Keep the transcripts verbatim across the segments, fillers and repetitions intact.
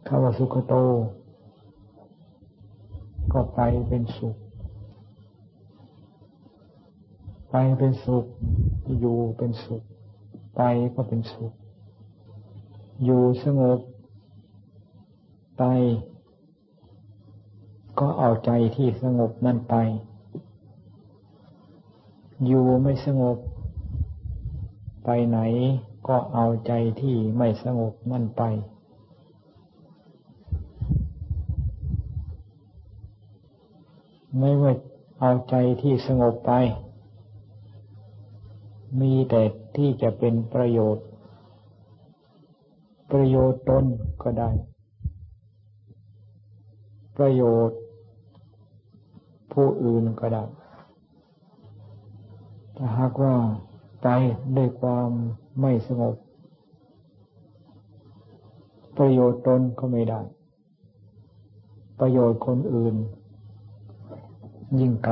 คำว่าสุขโตก็ไปเป็นสุขไปเป็นสุขอยู่เป็นสุขไปก็เป็นสุขอยู่สงบไปก็เอาใจที่สงบนั่นไปอยู่ไม่สงบไปไหนก็เอาใจที่ไม่สงบนั่นไปไม่ว่าเอาใจที่สงบไปมีแต่ที่จะเป็นประโยชน์ประโยชน์ตนก็ได้ประโยชน์ผู้อื่นก็ได้ถ้าหากว่าไปด้วยความไม่สงบประโยชน์ตนก็ไม่ได้ประโยชน์คนอื่นยิ่งไกล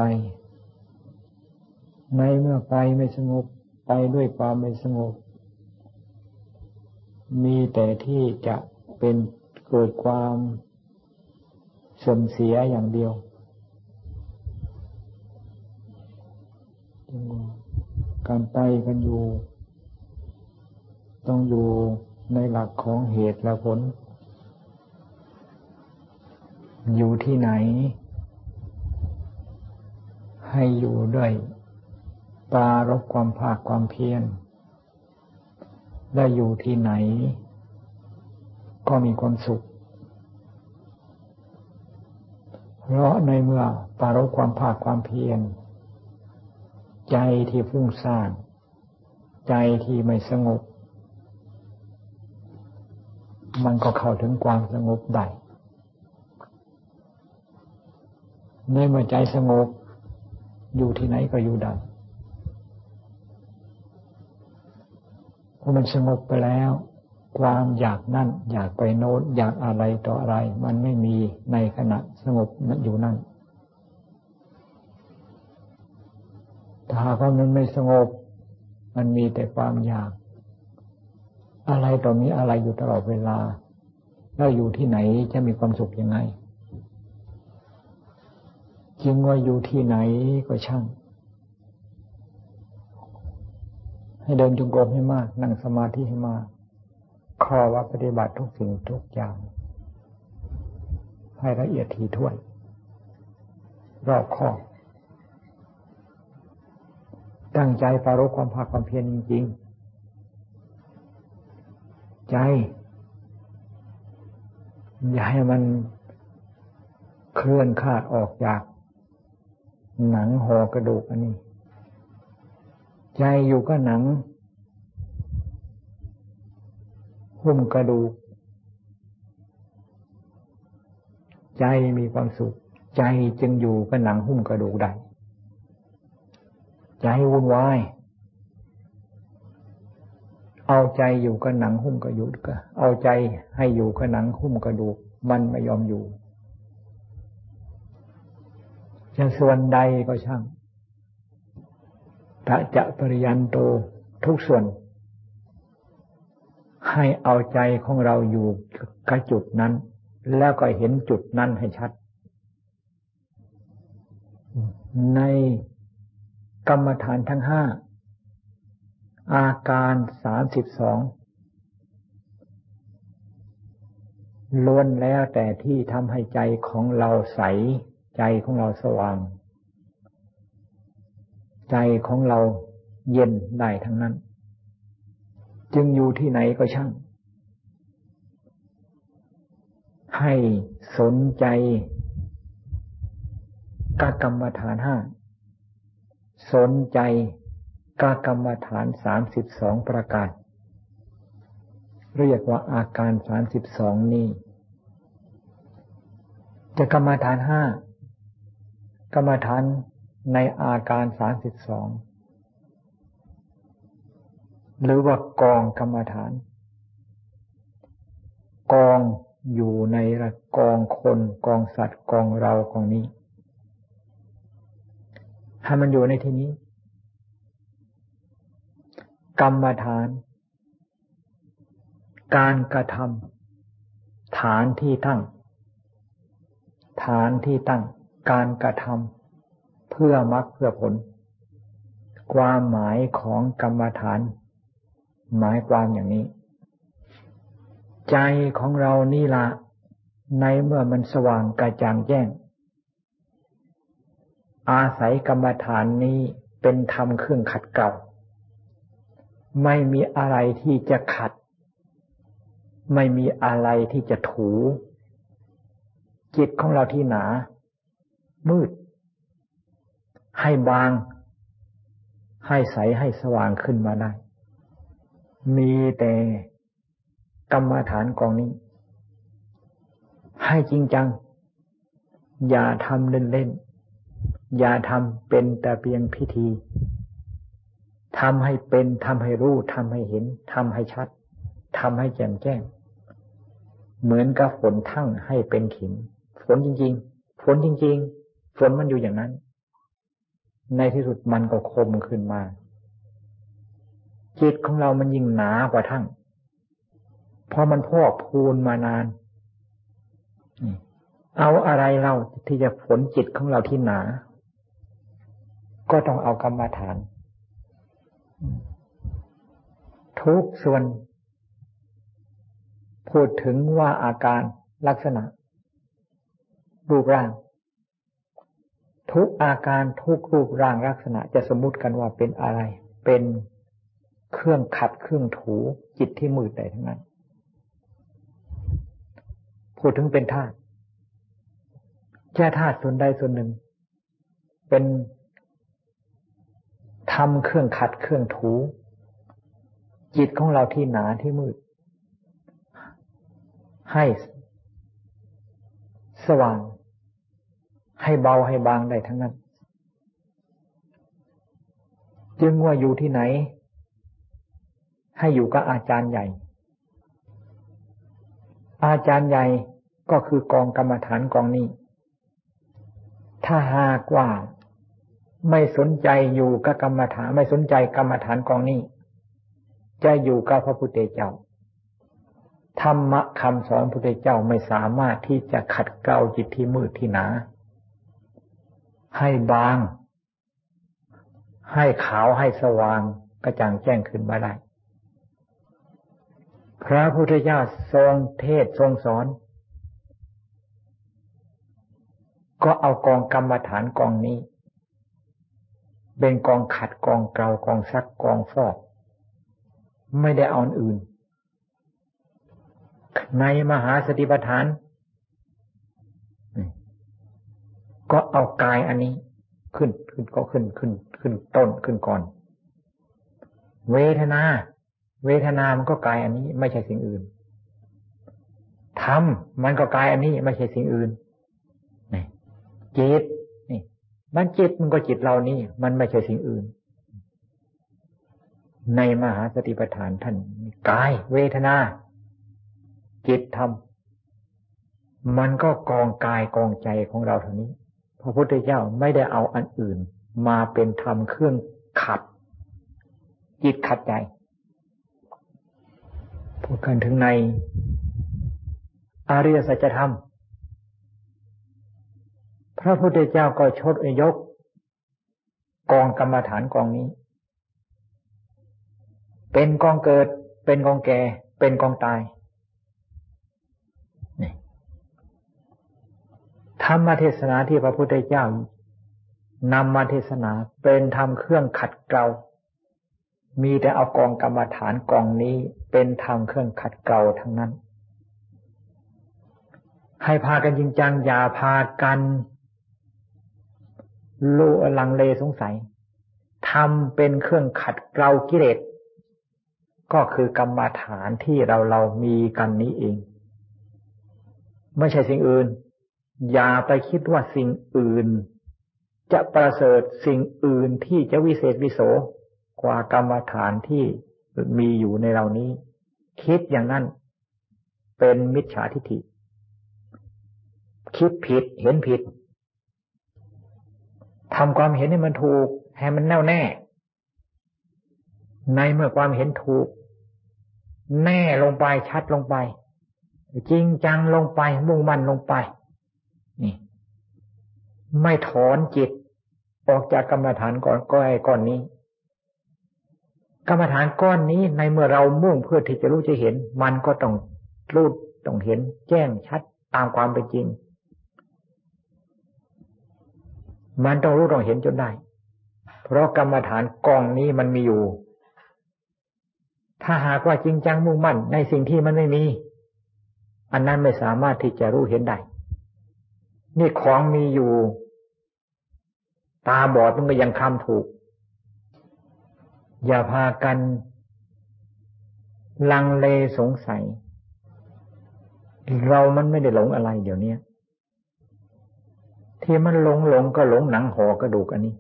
ในเมื่อไปไม่สงบไปด้วยความไม่สงบมีแต่ที่จะเป็นเกิดความเสื่อมเสียอย่างเดียวการไปกันอยู่ต้องอยู่ในหลักของเหตุและผลอยู่ที่ไหนให้อยู่ด้วยปรารภความภาคความเพียรได้อยู่ที่ไหนก็มีความสุขเพราะในเมื่อปรารภความภาคความเพียรใจที่ฟุ้งซ่านใจที่ไม่สงบมันก็เข้าถึงความสงบได้ในเมื่อใจสงบอยู่ที่ไหนก็อยู่ได้พอมันสงบไปแล้วความอยากนั่นอยากไปโน้นอยากอะไรต่ออะไรมันไม่มีในขณะสงบนั้นอยู่นั่นถ้าหากว่ามันไม่สงบมันมีแต่ความอยากอะไรต่อมีอะไรอยู่ตลอดเวลาแล้วอยู่ที่ไหนจะมีความสุขยังไงจึงว่าอยู่ที่ไหนก็ช่างให้เดินจงกรมให้มากนั่งสมาธิให้มากข้อว่าปฏิบัติทุกสิ่งทุกอย่างให้ละเอียดถี่ถ้วนรอบคอบตั้งใจปรารภความภาคความเพียรจริงๆใจอย่าให้มันเคลื่อนคลาดออกจากหนังห่อกระดูกอันนี้ใจอยู่กับหนังหุ้มกระดูกใจมีความสุขใจจึงอยู่กับหนังหุ้มกระดูกได้ใจวุ่นวายเอาใจอยู่กับหนังหุ้มกระดูกก็เอาใจให้อยู่กับหนังหุ้มกระดูกมันไม่ยอมอยู่จะส่วนใดก็ช่างถ้าจะปริยันโตทุกส่วนให้เอาใจของเราอยู่กับจุดนั้นแล้วก็เห็นจุดนั้นให้ชัดในกรรมฐานทั้งห้าอาการสามสิบสองล้วนแล้วแต่ที่ทำให้ใจของเราใสใจของเราสว่างใจของเราเย็นได้ทั้งนั้นจึงอยู่ที่ไหนก็ช่างให้สนใจกับกรรมฐานห้าสนใจกับกรรมฐานสามสิบสองประการเรียกว่าอาการสามสิบสองนี้จะกรรมฐานห้ากรรมฐานในอาการสามสิบสองหรือว่ากองกรรมฐานกองอยู่ในกองคนกองสัตว์กองเรากองนี้ให้มันอยู่ในที่นี้กรรมฐานการกระทำฐานที่ตั้งฐานที่ตั้งการกระทำเพื่อมรรคเพื่อผลความหมายของกรรมฐานหมายความอย่างนี้ใจของเรานี่ละในเมื่อมันสว่างกระจ่างแจ้งอาศัยกรรมฐานนี้เป็นธรรมเครื่องขัดเกลาไม่มีอะไรที่จะขัดไม่มีอะไรที่จะถูจิตของเราที่หนามืดให้บางให้ใสให้สว่างขึ้นมาได้มีแต่กรรมฐานกองนี้ให้จริงจังอย่าทำเล่นๆอย่าทำเป็นแต่เพียงพิธีทำให้เป็นทำให้รู้ทำให้เห็นทำให้ชัดทำให้แจ่มแจ้งเหมือนกับฝนทั่งให้เป็นขิมฝนจริงๆฝนจริงๆฝนมันอยู่อย่างนั้นในที่สุดมันก็คมขึ้นมาจิตของเรามันยิ่งหนากว่าทั่งเพราะมันพอกพูนมานานเอาอะไรเราที่จะฝนจิตของเราที่หนาก็ต้องเอากรรมฐานทุกส่วนพูดถึงว่าอาการลักษณะรูปร่างทุกอาการทุกรูปร่างลักษณะจะสมมุติกันว่าเป็นอะไรเป็นเครื่องขัดเครื่องถูจิตที่มืดใดทั้งนั้นพูดถึงเป็นธาตุแค่ธาตุส่วนใดส่วนหนึ่งเป็นทำเครื่องขัดเครื่องถูจิตของเราที่หนาที่มืดให้สว่างให้เบาให้บางได้ทั้งนั้นจึงว่าอยู่ที่ไหนให้อยู่กับอาจารย์ใหญ่อาจารย์ใหญ่ก็คือกองกรรมฐานกองนี้ถ้าหากว่าไม่สนใจอยู่กับกรรมฐานไม่สนใจกรรมฐานกองนี้จะอยู่กับพระพุทธเจ้าธรรมะคำสอนพระพุทธเจ้าไม่สามารถที่จะขัดเกลาจิตที่มืดที่หนาให้บางให้ขาวให้สว่างกระจ่างแจ้งขึ้นมาได้พระพุทธเจ้าทรงเทศทรงสอนก็เอากองกรรมฐานกองนี้เป็นกองขัดกองเกลากองซักกองฟอกไม่ได้เอาอื่นในมหาสติปัฏฐานก็เอากายอันนี้ขึ้นขึ้นก็ขึ้นขึ้นขึ้นต้นขึ้นก่อนเวทนาเวทนามันก็กายอันนี้ไม่ใช่สิ่งอื่นธรรมมันก็กายอันนี้ไม่ใช่สิ่งอื่นนี่จิตนี่มันจิตมันก็จิตเรานี่มันไม่ใช่สิ่งอื่นในมหาสติปัฏฐานท่านกายเวทนาจิตธรรมมันก็กองกายกองใจของเราเท่านี้พระพุทธเจ้าไม่ได้เอาอันอื่นมาเป็นธรรมเครื่องขัดจิตขัดใจพูดกันถึงในอริยสัจธรรมพระพุทธเจ้าก็ชดยกกองกรรมฐานกองนี้เป็นกองเกิดเป็นกองแก่เป็นกองตายธรรมเทศนาที่พระพุทธเจ้านำมาเทศนาเป็นธรรมเครื่องขัดเกลามีแต่เอากองกรรมฐานกองนี้เป็นธรรมเครื่องขัดเกลาทั้งนั้นให้พากันจริงจังอย่าพากันลุ่ลังเลสงสัยธรรมเป็นเครื่องขัดเกลากิเลสก็คือกรรมฐานที่เราเรามีกันนี้เองไม่ใช่สิ่งอื่นอย่าไปคิดว่าสิ่งอื่นจะประเสริฐสิ่งอื่นที่จะวิเศษวิโสกว่ากรรมฐานที่มีอยู่ในเรานี้คิดอย่างนั้นเป็นมิจฉาทิฏฐิคิดผิดเห็นผิดทำความเห็นให้มันถูกให้มันแน่วแน่ในเมื่อความเห็นถูกแน่ลงไปชัดลงไปจริงจังลงไปมุ่งมั่นลงไปนี่ไม่ถอนจิตออกจากกรรมฐานก่อนก็ไอ้ก้อนนี้กรรมฐานก้อนนี้ในเมื่อเรามุ่งเพื่อที่จะรู้จะเห็นมันก็ต้องรู้ต้องเห็นแจ้งชัดตามความเป็นจริงมันต้องรู้ต้องเห็นจนได้เพราะกรรมฐานกองนี้มันมีอยู่ถ้าหากว่าจริงจังมุ่งมั่นในสิ่งที่มันไม่มีอันนั้นไม่สามารถที่จะรู้เห็นได้นี่ของมีอยู่ตาบอดมันก็ยังคำถูกอย่าพากันลังเลสงสัยเรามันไม่ได้หลงอะไรเดี๋ยวนี้ที่มันหลงหลงก็หลงหนังห่อกระดูกอันนี้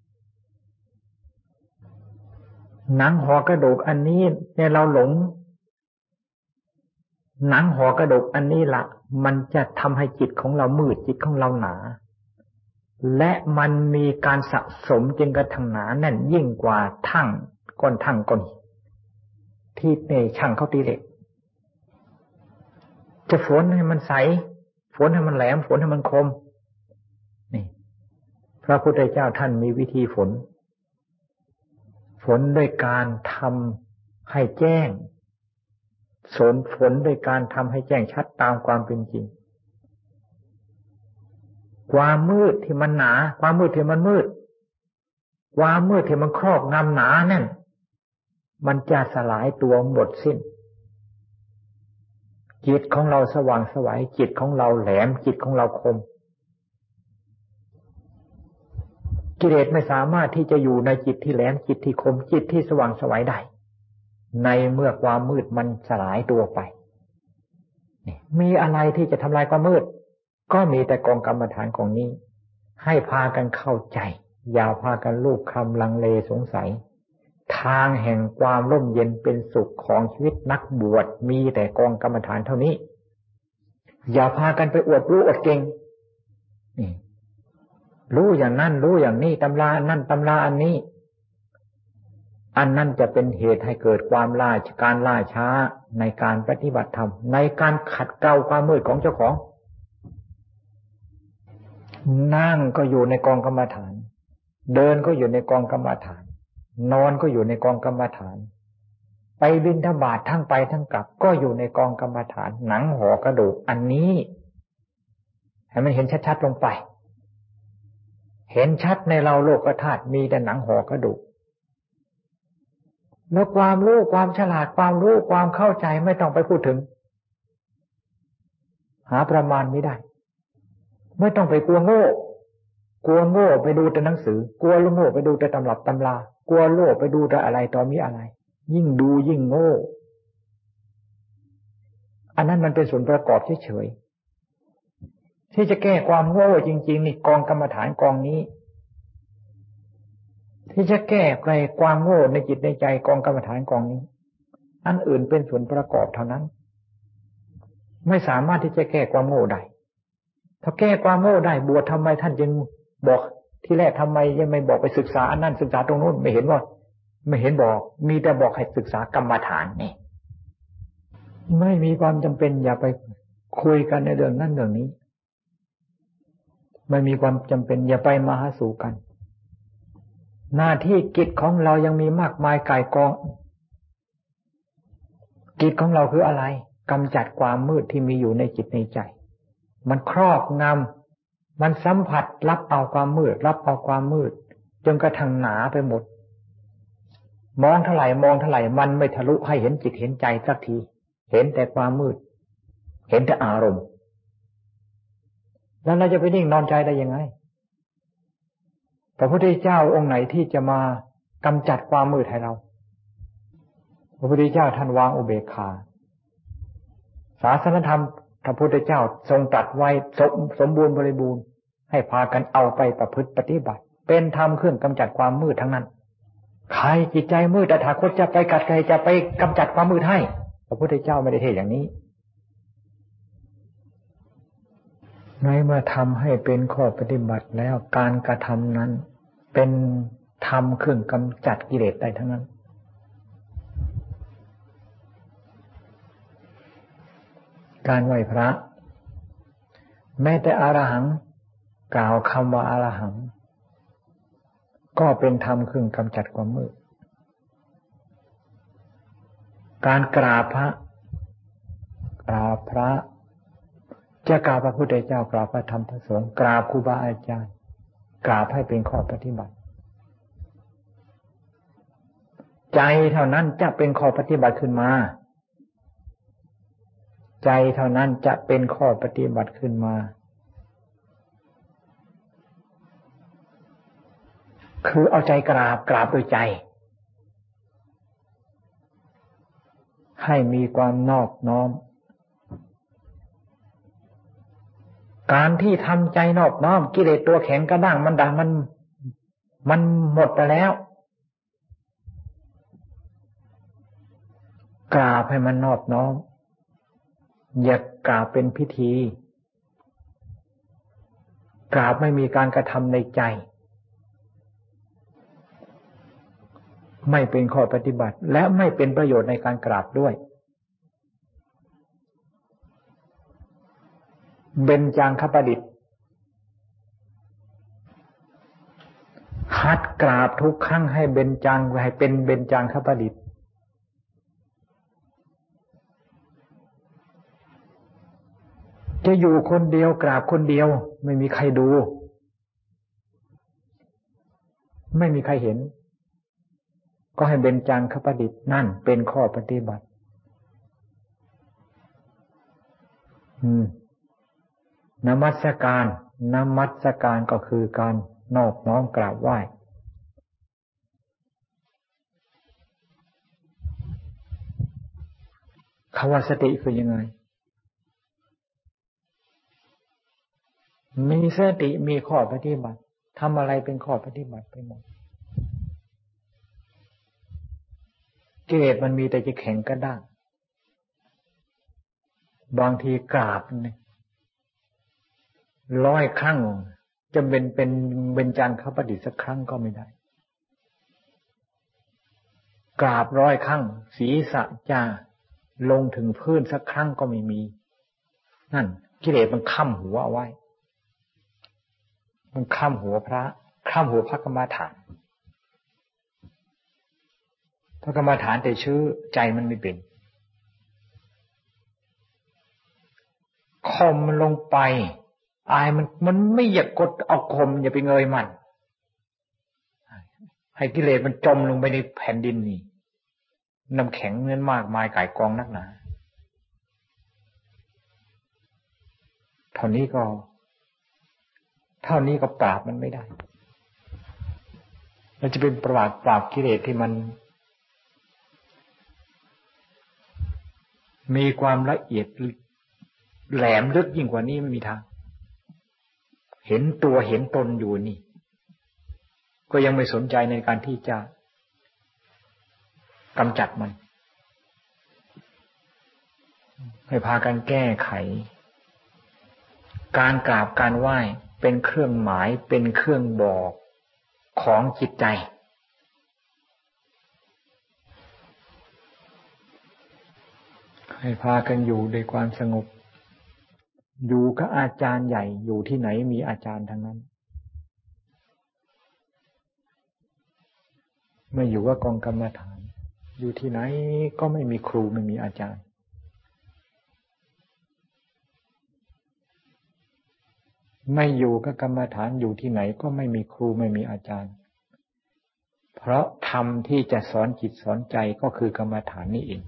หนังห่อกระดูกอันนี้เนี่ยเราหลงหนังห่อกระดูกอันนี้ละมันจะทำให้จิตของเรามืดจิตของเราหนาและมันมีการสะสมจนกระทั่งหนาแน่นยิ่งกว่าทั่งก้อนทั่งก้อนที่ในช่างเขาตีเหล็กจะฝนให้มันใสฝนให้มันแหลมฝนให้มันคมนี่พระพุทธเจ้าท่านมีวิธีฝนฝนด้วยการทำให้แจ้งฝนฝนด้วยการทำให้แจ้งชัดตามความเป็นจริงความมืดที่มันหนาความมืดที่มันมืดความมืดที่มันครอบงำหนานั่นมันจะสลายตัวหมดสิ้นจิตของเราสว่างไสวจิตของเราแหลมจิตของเราคมกิเลสไม่สามารถที่จะอยู่ในจิตที่แหลมจิตที่คมจิตที่สว่างไสวได้ในเมื่อความมืดมันสลายตัวไปมีอะไรที่จะทำลายความมืดก็มีแต่กองกรรมฐานของนี้ให้พากันเข้าใจอย่าพากันลูกคำลังเลสงสัยทางแห่งความร่มเย็นเป็นสุขของชีวิตนักบวชมีแต่กองกรรมฐานเท่านี้อย่าพากันไปอวดรู้อวดเก่งนี่รู้อย่างนั้นรู้อย่างนี้ตำรานั่นตำราอันนี้อันนั้นจะเป็นเหตุให้เกิดความล่าการล่าช้าในการปฏิบัติธรรมในการขัดเกลาความมืดของเจ้าของนั่งก็อยู่ในกองกรรมฐานเดินก็อยู่ในกองกรรมฐานนอนก็อยู่ในกองกรรมฐานไปบิณฑบาตทั้งไปทั้งกลับก็อยู่ในกองกรรมฐานหนังห่อกระดูกอันนี้ให้มันเห็นชัดๆลงไปเห็นชัดในเราโลกธาตุมีแต่หนังห่อกระดูกแล้วความรู้ความฉลาดความรู้ความเข้าใจไม่ต้องไปพูดถึงหาประมาณไม่ได้ไม่ต้องไปกลัวโง่กลัวโง่ไปดูแต่หนังสือกลัวโง่ไปดูแต่ตำรับตำรากลัวโง่ไปดูแต่อะไรต่อมีอะไรยิ่งดูยิ่งโง่อันนั้นมันเป็นส่วนประกอบเฉยๆที่จะแก้ความโง่จริงๆนี่กองกรรมฐานกองนี้ที่จะแก้ไขความโง่ในจิตในใจกองกรรมฐานกองนี้อันอื่นเป็นส่วนประกอบเท่านั้นไม่สามารถที่จะแก้ความโง่ได้ถ้าแก้ความโง่ได้บวชทำไมท่านจึงบอกที่แรกทำไมยังไม่บอกไปศึกษาอันนั้นศึกษาตรงโน้นไม่เห็นว่าไม่เห็นบอกมีแต่บอกให้ศึกษากรรมฐานนี่ไม่มีความจำเป็นอย่าไปคุยกันในเรื่องนั้นเรื่องนี้ไม่มีความจำเป็นอย่าไปมาหาสู่กันหน้าที่กิจของเรายังมีมากมายก่ายกองกิจของเราคืออะไรกำจัดความมืดที่มีอยู่ในจิตในใจมันครอบงำมันสัมผัสรับเอาความมืดรับเอาความมืดจนกระทั่งหนาไปหมดมองเท่าไหร่มองเท่าไหร่มันไม่ทะลุให้เห็นจิตเห็นใจสักทีเห็นแต่ความมืดเห็นแต่อารมณ์แล้วเราจะไปนิ่งนอนใจได้ยังไงพระพุทธเจ้าองค์ไหนที่จะมากำจัดความมืดให้เราพระพุทธเจ้าท่านวางอุเบกขาศาสนธรรมพระพุทธเจ้าทรงตรัสไว้สมบูรณ์บริบูรณ์ให้พากันเอาไปประพฤติปฏิบัติเป็นธรรมเครื่องกำจัดความมืดทั้งนั้นใครจิตใจมืดตถาคตจะไปกัดใครจะไปกำจัดความมืดให้พระพุทธเจ้าไม่ได้เทศอย่างนี้ในเมื่อทำให้เป็นข้อปฏิบัติแล้วการกระทำนั้นเป็นธรรมเครื่องกำจัดกิเลสได้ทั้งนั้นการไหว้พระแม้แต่อรหังกล่าวคำว่าอรหังก็เป็นธรรมเครื่องกำจัดความมืดการกราบพระกราบพระจะกราบพระพุทธเจ้ากราบพระธรรมพระสงฆ์กราบครูบาอาจารย์กราบให้เป็นข้อปฏิบัติใจเท่านั้นจะเป็นข้อปฏิบัติขึ้นมาใจเท่านั้นจะเป็นข้อปฏิบัติขึ้นมาคือเอาใจกราบกราบโดยใจให้มีความนอบน้อมการที่ทำใจนอบน้อมกิเลสตัวแข็งกระด้างมันด่ามันมันหมดไปแล้วกราบให้มันนอบน้อมอย่ากราบเป็นพิธีกราบไม่มีการกระทำในใจไม่เป็นข้อปฏิบัติและไม่เป็นประโยชน์ในการกราบด้วยเบญจางคประดิษฐ์หัดกราบทุกครั้งให้เบญจางให้เป็นเบญจางคประดิษฐ์จะอยู่คนเดียวกราบคนเดียวไม่มีใครดูไม่มีใครเห็นก็ให้เบญจางคประดิษฐ์นั่นเป็นข้อปฏิบัติอืมนมัสการนมัสการก็คือการนอบน้อมกราบไหว้คำว่าสติคือยังไงมีสติมีข้อปฏิบัติทำอะไรเป็นข้อปฏิบัติไปหมดกิเลสมันมีแต่จะแข็งกระด้างบางทีกราบเนี่ยร้อยครั้งจะเป็นเป็นเบญจางคประดิษฐ์สักครั้งก็ไม่ได้กราบร้อยครั้งศีรษะจะลงถึงพื้นสักครั้งก็ไม่มีนั่นกิเลสมันค้ำหัวเอาไว้มันค้ำหัวพระค้ำหัวพระกรรมฐานพระกรรมฐานแต่ชื่อใจมันไม่เป็นคมมันลงไปอายมันมันไม่อยากกดเอาคมอย่าไปเงยมันให้กิเลสมันจมลงไปในแผ่นดินนี่น้ำแข็งเงินมากมายก่ายกองนักหนาเท่านี้ก็เท่านี้ก็ปราบมันไม่ได้มันจะเป็นปราบปราบกิเลสที่มันมีความละเอียดแหลมลึกยิ่งกว่านี้ไม่มีทางเห็นตัวเห็นตนอยู่นี่ก็ยังไม่สนใจในการที่จะกำจัดมันให้พากันแก้ไขการกราบการไหว้เป็นเครื่องหมายเป็นเครื่องบอกของจิตใจให้พากันอยู่ด้วยความสงบอยู่กับอาจารย์ใหญ่อยู่ที่ไหนมีอาจารย์ทั้งนั้นไม่อยู่กับกองกรรมฐานอยู่ที่ไหนก็ไม่มีครูไม่มีอาจารย์ไม่อยู่กับกรรมฐานอยู่ที่ไหนก็ไม่มีครูไม่มีอาจารย์เพราะธรรมที่จะสอนจิตสอนใจก็คือกรรมฐานนี่เอง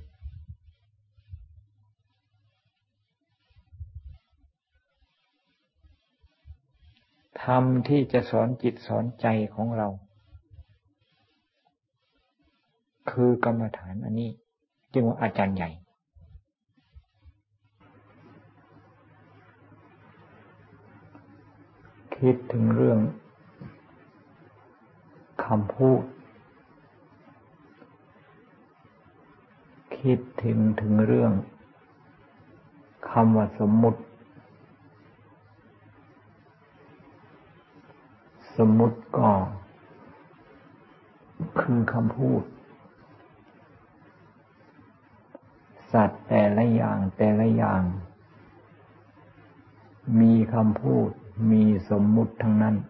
ธรรมที่จะสอนจิตสอนใจของเราคือกรรมฐานอันนี้จึงว่าอาจารย์ใหญ่คิดถึงเรื่องคำพูดคิดถึงถึงเรื่องคำว่าสมมุติสมมุติก็คือคำพูดสัตว์แต่ละอย่างแต่ละอย่างมีคำพูดมีสมมุติทั้งนั้น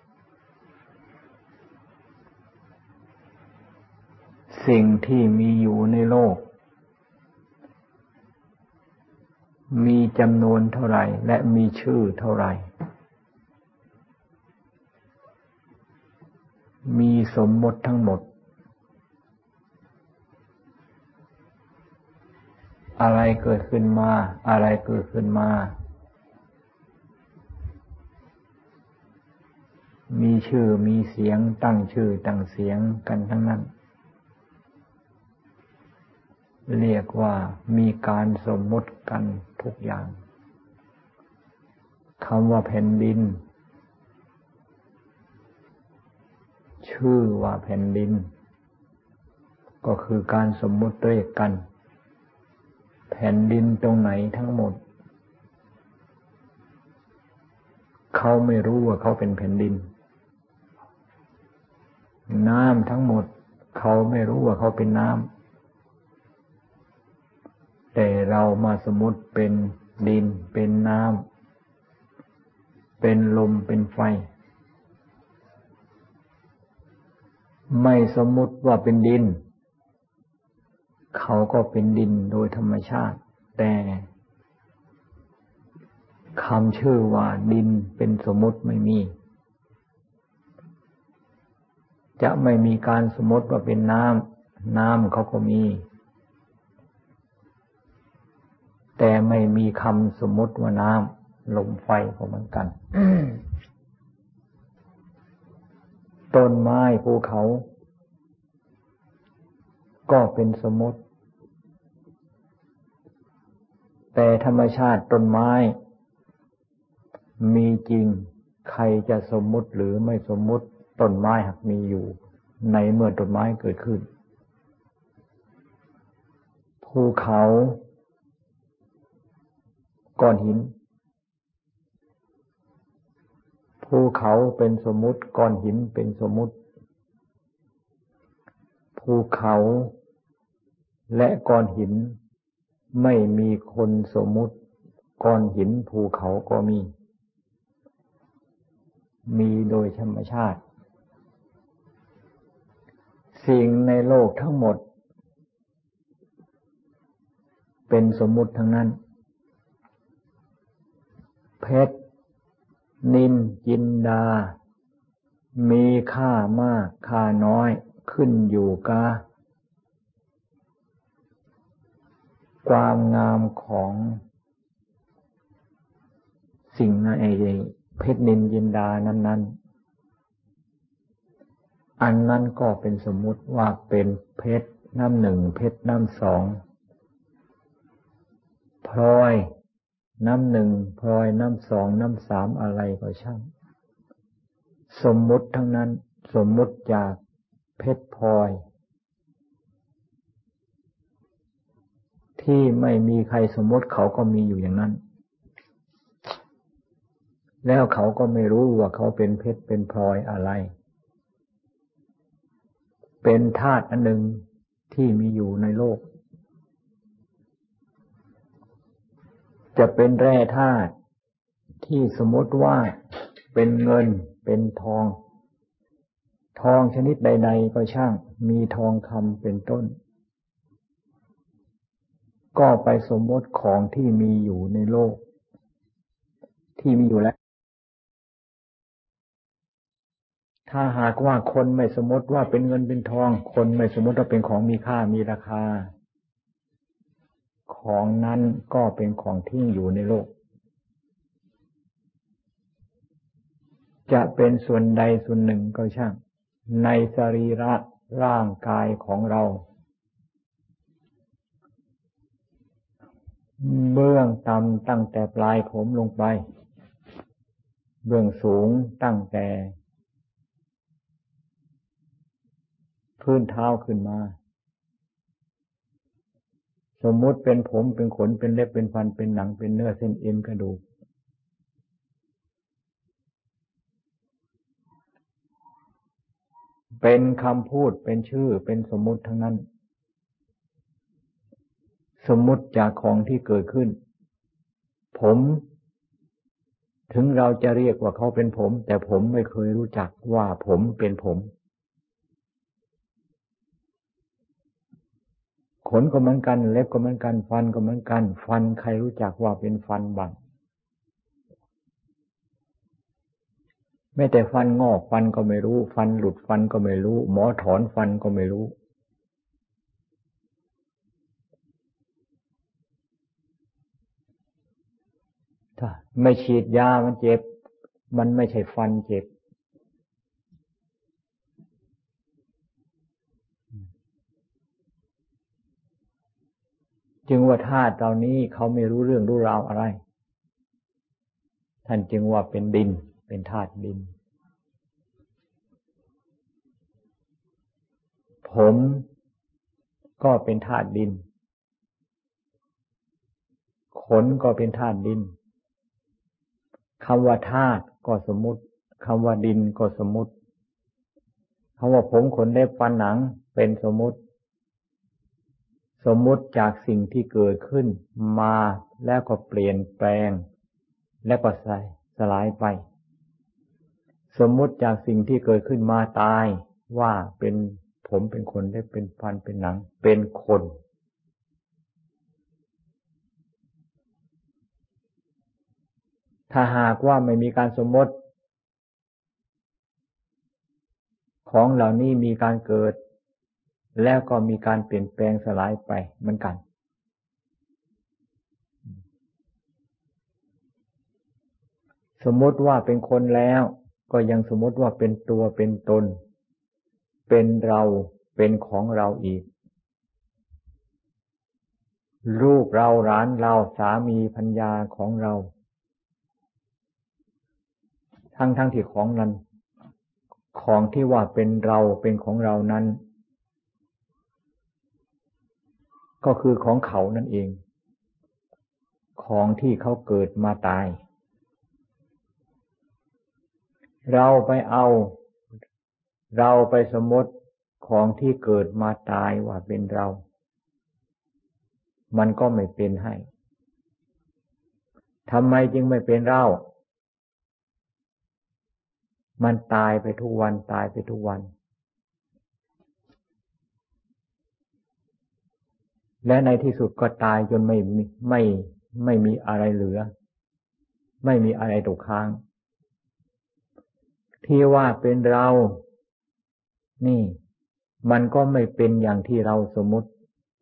สิ่งที่มีอยู่ในโลกมีจำนวนเท่าไหร่และมีชื่อเท่าไหร่มีสมมติทั้งหมดอะไรเกิดขึ้นมาอะไรเกิดขึ้นมามีชื่อมีเสียงตั้งชื่อตั้งเสียงกันทั้งนั้นเรียกว่ามีการสมมุติกันทุกอย่างคำว่าแผ่นดินชื่อว่าแผ่นดินก็คือการสมมุติเรียกกันแผ่นดินตรงไหนทั้งหมดเขาไม่รู้ว่าเขาเป็นแผ่นดินน้ำทั้งหมดเขาไม่รู้ว่าเขาเป็นน้ำแต่เรามาสมมุติเป็นดินเป็นน้ำเป็นลมเป็นไฟไม่สมมุติว่าเป็นดินเขาก็เป็นดินโดยธรรมชาติแต่คำชื่อว่าดินเป็นสมมุติไม่มีจะไม่มีการสมมติว่าเป็นน้ำน้ำเขาก็มีแต่ไม่มีคำสมมติว่าน้ำลมไฟก็เหมือนกัน ต้นไม้ภูเขาก็เป็นสมมติแต่ธรรมชาติต้นไม้มีจริงใครจะสมมุติหรือไม่สมมุติต้นไม้หากมีอยู่ในเมื่อต้นไม้เกิดขึ้นภูเขาก้อนหินภูเขาเป็นสมมุติก้อนหินเป็นสมมุติภูเขาและก้อนหินไม่มีคนสมมุติก้อนหินภูเขาก็มีมีโดยธรรมชาติสิ่งในโลกทั้งหมดเป็นสมมุติทั้งนั้นเพชรนิลจินดามีค่ามากค่าน้อยขึ้นอยู่กับความงามของสิ่งนั้นเองเพชรนิลจินดานั้นๆอันนั้นก็เป็นสมมุติว่าเป็นเพชรน้ำหนึ่งเพชรน้ำสองพลอยน้ำหนึ่งพลอยน้ำสองน้ำสามอะไรก็ช่างสมมุติทั้งนั้นสมมุติจากเพชรพลอยที่ไม่มีใครสมมุติเขาก็มีอยู่อย่างนั้นแล้วเขาก็ไม่รู้ว่าเขาเป็นเพชรเป็นพลอยอะไรเป็นธาตุอันหนึ่งที่มีอยู่ในโลกจะเป็นแร่ธาตุที่สมมติว่าเป็นเงินเป็นทองทองชนิดใดๆก็ช่างมีทองคำเป็นต้นก็ไปสมมติของที่มีอยู่ในโลกที่มีอยู่แล้วถ้าหากว่าคนไม่สมมติว่าเป็นเงินเป็นทองคนไม่สมมติว่าเป็นของมีค่ามีราคาของนั้นก็เป็นของที่อยู่ในโลกจะเป็นส่วนใดส่วนหนึ่งก็ช่างในสรีระร่างกายของเราเบื้องต่ำตั้งแต่ปลายผมลงไปเบื้องสูงตั้งแต่พื้นเท้าขึ้นมาสมมุติเป็นผมเป็นขนเป็นเล็บเป็นฟันเป็นหนังเป็นเนื้อเส้นเอ็นกระดูกเป็นคำพูดเป็นชื่อเป็นสมมุติทั้งนั้นสมมุติจากของที่เกิดขึ้นผมถึงเราจะเรียกว่าเขาเป็นผมแต่ผมไม่เคยรู้จักว่าผมเป็นผมขนก็เหมือนกันเล็บก็เหมือนกันฟันก็เหมือนกันฟันใครรู้จักว่าเป็นฟันบ้างแม้แต่ฟันงอกฟันก็ไม่รู้ฟันหลุดฟันก็ไม่รู้หมอถอนฟันก็ไม่รู้ถ้าไม่ฉีดยามันเจ็บมันไม่ใช่ฟันเจ็บจึงว่าธาตุเหล่านี้เขาไม่รู้เรื่องรู้ราวอะไรท่านจึงว่าเป็นดินเป็นธาตุดินผมก็เป็นธาตุดินขนก็เป็นธาตุดินคำว่าธาตุก็สมมุติคำว่าดินก็สมมุติคำว่าผมขนเล็บฟันหนังเป็นสมมุติสมมุติจากสิ่งที่เกิดขึ้นมาแล้วก็เปลี่ยนแปลงแล้วก็สลายไปสมมุติจากสิ่งที่เกิดขึ้นมาตายว่าเป็นผมเป็นขนเล็บเป็นฟันเป็นหนังเป็นคนถ้าหากว่าไม่มีการสมมติของเหล่านี้มีการเกิดแล้วก็มีการเปลี่ยนแปลงสลายไปเหมือนกันสมมติว่าเป็นคนแล้วก็ยังสมมติว่าเป็นตัวเป็นตนเป็นเราเป็นของเราอีกลูกเราหลานเราสามีภรรยาของเราทั้งทั้งที่ของนั้นของที่ว่าเป็นเราเป็นของเรานั้นก็คือของเขานั่นเองของที่เขาเกิดมาตายเราไปเอาเราไปสมมติของที่เกิดมาตายว่าเป็นเรามันก็ไม่เป็นให้ทำไมจึงไม่เป็นเรามันตายไปทุกวันตายไปทุกวันและในที่สุดก็ตายจนไม่ไม่ไม่มีอะไรเหลือไม่มีอะไรตกค้างที่ว่าเป็นเรานี่มันก็ไม่เป็นอย่างที่เราสมมุติ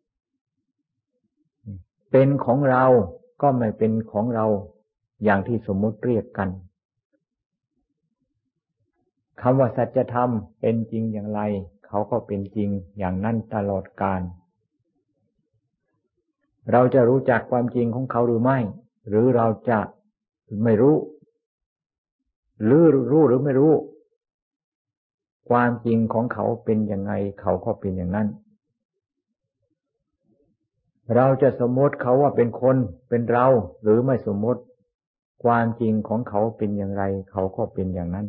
เป็นของเราก็ไม่เป็นของเราอย่างที่สมมุติเรียกกันคำว่าสัจธรรมเป็นจริงอย่างไรเขาก็เป็นจริงอย่างนั้นตลอดกาลเราจะรู้จักความจริงของเขาหรือไม่หรือเราจะไม่รู้หรือรู้หรือไม่รู้ความจริงของเขาเป็นยังไงเขาก็เป็นอย่างนั้นเราจะสมมติเขาว่าเป็นคนเป็นเราหรือไม่สมมติความจริงของเขาเป็นอย่างไรเขาก็เป็นอย่างนั้น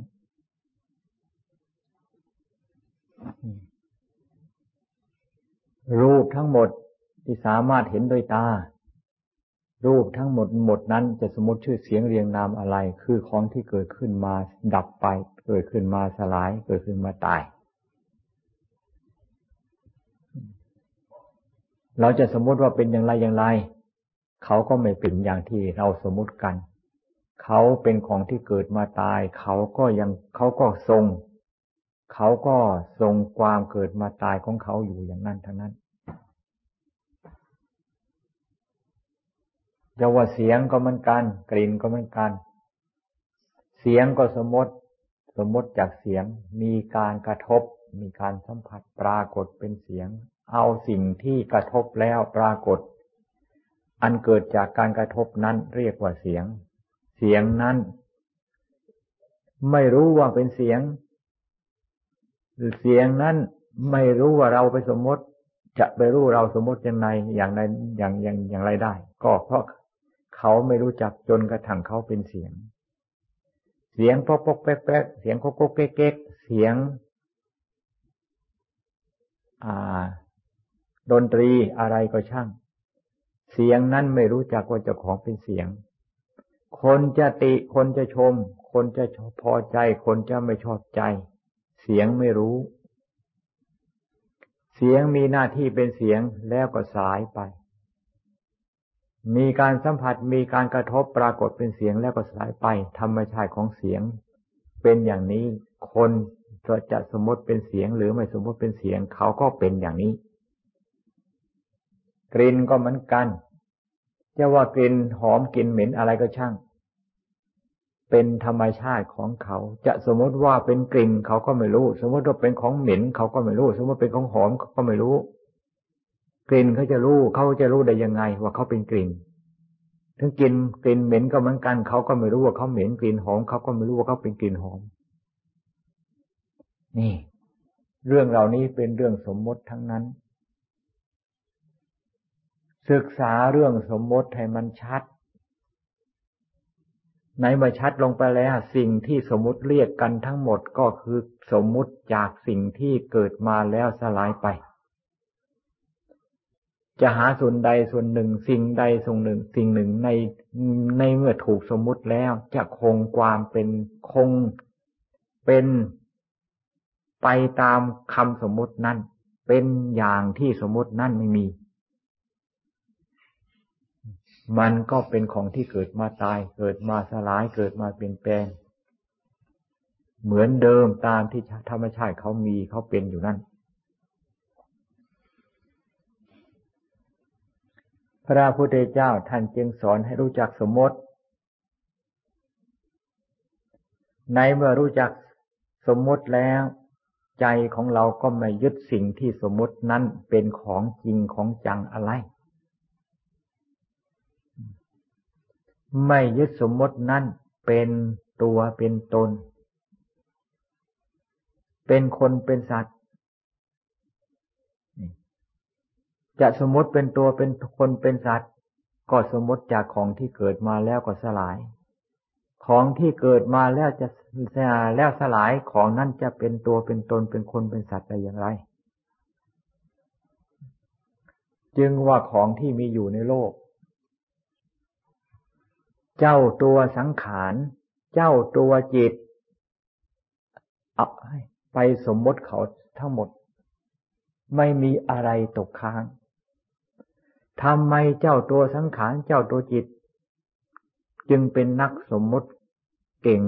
รูปทั้งหมดที่สามารถเห็นโดยตารูปทั้งหมดหมดนั้นจะสมมติชื่อเสียงเรียงนามอะไรคือของที่เกิดขึ้นมาดับไปเกิดขึ้นมาสลายเกิดขึ้นมาตายเราจะสมมติว่าเป็นอย่างไรอย่างไรเขาก็ไม่เป็นอย่างที่เราสมมติกันเขาเป็นของที่เกิดมาตายเขาก็ยังเขาก็ทรงเขาก็ทรงความเกิดมาตายของเขาอยู่อย่างนั้นทั้งนั้นจะว่าเสียงก็เหมือนกันกลิ่นก็เหมือนกันเสียงก็สมมติสมมติจากเสียงมีการกระทบมีการสัมผัสปรากฏเป็นเสียงเอาสิ่งที่กระทบแล้วปรากฏอันเกิดจากการกระทบนั้นเรียกว่าเสียงเสียงนั้นไม่รู้ว่าเป็นเสียงเสียงนั้นไม่รู้ว่าเราไปสมมติจะไปรู้เราสมมติยังไงอย่างไรอย่างอย่างอย่างไรได้ก็เพราะเขาไม่รู้จักจนกระทั่งเขาเป็นเสียงเสียงปกปกแป๊กแป๊กเสียงโกโก้เก๊กเก๊กเสียงอ่าดนตรีอะไรก็ช่างเสียงนั้นไม่รู้จักว่าเจ้าของเป็นเสียงคนจะติคนจะชมคนจะพอใจคนจะไม่ชอบใจเสียงไม่รู้เสียงมีหน้าที่เป็นเสียงแล้วก็สายไปมีการสัมผัสมีการกระทบปรากฏเป็นเสียงแล้วก็สายไปธรรมชาติของเสียงเป็นอย่างนี้คนจะสมมติเป็นเสียงหรือไม่สมมติเป็นเสียงเขาก็เป็นอย่างนี้กลิ่นก็เหมือนกันจะว่ากลิ่นหอมกลิ่นเหม็นอะไรก็ช่างเป็นธรรมชาติของเขาจะสมมติว่าเป็นกลิ่นเขาก็ไม่รู้สมมติว่าเป็นของเหม็นเขาก็ไม่รู้สมมติเป็นของหอมเขาก็ไม่รู้กลิ่นเขาจะรู้เขาจะรู้ได้ยังไงว่าเขาเป็นกลิ่นถึงกลิ่นกลิ่นเหม็นก็เหมือนกันเขาก็ไม่รู้ว่าเขาเหม็นกลิ่นหอมเขาก็ไม่รู้ว่าเขาเป็นกลิ่นหอมนี่เรื่องเหล่านี้เป็นเรื่องสมมติทั้งนั้นศึกษาเรื่องสมมติให้มันชัดในเมื่อชัดลงไปแล้วสิ่งที่สมมุติเรียกกันทั้งหมดก็คือสมมุติจากสิ่งที่เกิดมาแล้วสลายไปจะหาส่วนใดส่วนหนึ่งสิ่งใดส่วนหนึ่งสิ่งหนึ่งในในเมื่อถูกสมมุติแล้วจะคงความเป็นคงเป็นไปตามคำสมมุตินั้นเป็นอย่างที่สมมุตินั้นไม่มีมันก็เป็นของที่เกิดมาตายเกิดมาสลายเกิดมาเปลี่ยนแปลงเหมือนเดิมตามที่ธรรมชาติเขามีเขาเป็นอยู่นั่นพระพุทธเจ้าท่านจึงสอนให้รู้จักสมมติในเมื่อรู้จักสมมติแล้วใจของเราก็ไม่ยึดสิ่งที่สมมตินั้นเป็นของจริงของจังอะไรไม่ยึดสมมตินั้นเป็นตัวเป็นตนเป็นคนเป็นสัตว์จะสมมติเป็นตัวเป็นคนเป็นสัตว์ก็สมมติจากของที่เกิดมาแล้วก็สลายของที่เกิดมาแล้วจะแล้วสลายของนั้นจะเป็นตัวเป็นตนเป็นคนเป็นสัตว์ได้อย่างไรจึงว่าของที่มีอยู่ในโลกเจ้าตัวสังขารเจ้าตัวจิตเอาไปสมมติเขาทั้งหมดไม่มีอะไรตกค้างทำไมเจ้าตัวสังขารเจ้าตัวจิตจึงเป็นนักสมมติเก่ง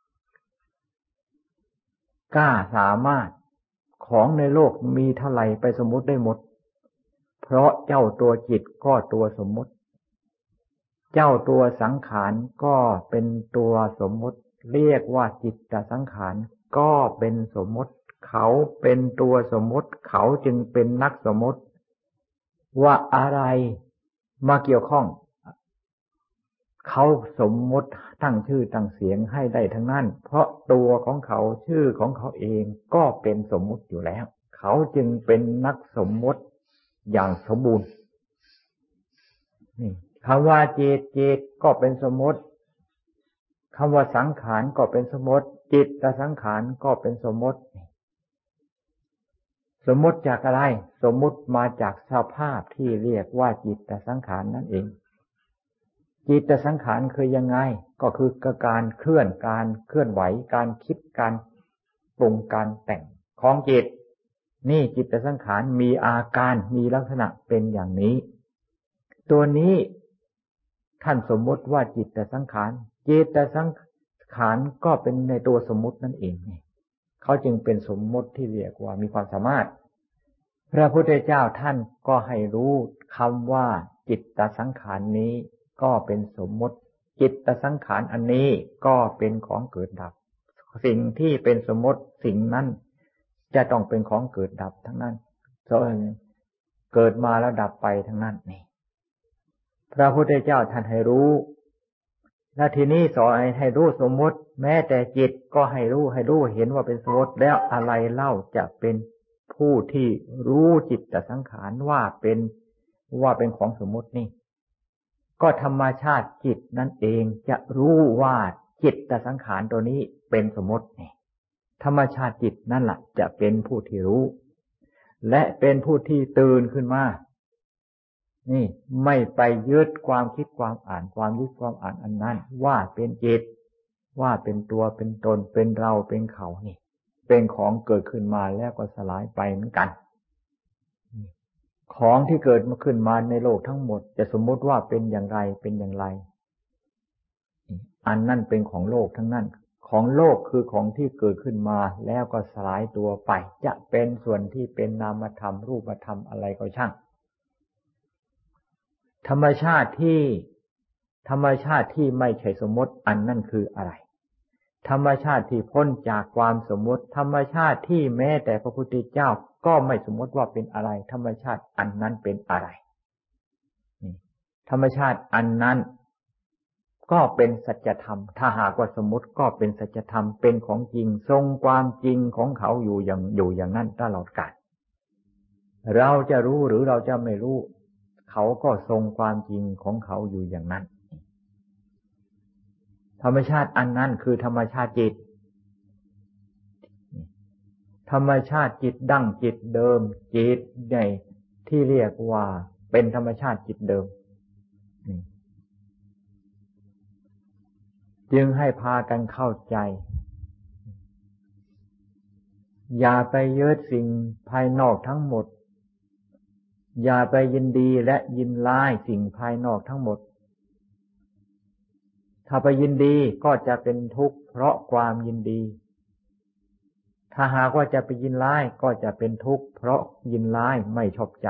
กล้าสามารถของในโลกมีเท่าไหร่ไปสมมติได้หมดเพราะเจ้าตัวจิตก็ตัวสมมติเจ้าตัวสังขารก็เป็นตัวสมมติเรียกว่าจิตตสังขารก็เป็นสมมติเขาเป็นตัวสมมติเขาจึงเป็นนักสมมติว่าอะไรมาเกี่ยวข้องเขาสมมติตั้งชื่อตั้งเสียงให้ได้ทั้งนั้นเพราะตัวของเขาชื่อของเขาเองก็เป็นสมมติอยู่แล้วเขาจึงเป็นนักสมมติอย่างสมบูรณ์นี่คำว่าจิตจิตก็เป็นสมมติคำว่าสังขารก็เป็นสมมติจิตตสังขารก็เป็นสมมติสมมติจากอะไรสมมติมาจากสภาพที่เรียกว่าจิตตสังขารนั่นเองจิตตสังขารคือยังไงก็คือการเคลื่อนการเคลื่อนไหวการคิดการปรุงการแต่งของจิตนี่จิตตสังขารมีอาการมีลักษณะเป็นอย่างนี้ตัวนี้ท่านสมมติว่าจิตตสังขารจิตตสังขารก็เป็นในตัวสมมตินั่นเองเขาจึงเป็นสมมติที่เรียกว่ามีความสามารถพระพุทธเจ้าท่านก็ให้รู้คำว่าจิตตสังขารนี้ก็เป็นสมมติจิตตสังขารอันนี้ก็เป็นของเกิดดับสิ่งที่เป็นสมมติสิ่งนั้นจะต้องเป็นของเกิดดับทั้งนั้นเกิดมาแล้วดับไปทั้งนั้นนี่พระพุทธเจ้าท่านให้รู้และทีนี้สอนให้รู้สมมติแม้แต่จิตก็ให้รู้ให้รู้เห็นว่าเป็นสมมติแล้วอะไรเล่าจะเป็นผู้ที่รู้จิตตสังขารว่าเป็นว่าเป็นของสมมตินี่ก็ธรรมชาติจิตนั่นเองจะรู้ว่าจิตตสังขารตัวนี้เป็นสมมตินี่ธรรมชาติจิตนั่นแหละจะเป็นผู้ที่รู้และเป็นผู้ที่ตื่นขึ้นมานี่ไม่ไปยึดความคิดความอ่านความยึดความอ่านอันนั้นว่าเป็นจิตว่าเป็นตัวเป็นตนเป็นเราเป็นเขานี่เป็นของเกิดขึ้นมาแล้วก็สลายไปเหมือนกันของที่เกิดมาขึ้นมาในโลกทั้งหมดจะสมมติว่าเป็นอย่างไรเป็นอย่างไรอันนั้นเป็นของโลกทั้งนั้นของโลกคือของที่เกิดขึ้นมาแล้วก็สลายตัวไปจะเป็นส่วนที่เป็นนามธรรมรูปธรรมอะไรก็ช่างธรรมชาติที่ธรรมชาติที่ไม่ใช่สมมติอันนั่นคืออะไรธรรมชาติที่พ้นจากความสมมติธรรมชาติที่แม้แต่พระพุทธเจ้าก็ไม่สมมติว่าเป็นอะไรธรรมชาติอันนั้นเป็นอะไรธรรมชาติอันนั้นก็เป็นสัจธรรมถ้าหากว่าสมมติก็เป็นสัจธรรมเป็นของจริงทรงความจริงของเขาอยู่อย่างอยู่อย่างนั้นตลอดกาลเราจะรู้หรือเราจะไม่รู้เขาก็ทรงความจริงของเขาอยู่อย่างนั้นธรรมชาติอันนั้นคือธรรมชาติจิตธรรมชาติจิตดั้งจิตเดิมจิตใหญ่ที่เรียกว่าเป็นธรรมชาติจิตเดิมจึงให้พากันเข้าใจอย่าไปยึดสิ่งภายนอกทั้งหมดอย่าไปยินดีและยินร้ายสิ่งภายนอกทั้งหมดถ้าไปยินดีก็จะเป็นทุกข์เพราะความยินดีถ้าหากว่าจะไปยินร้ายก็จะเป็นทุกข์เพราะยินร้ายไม่ชอบใจ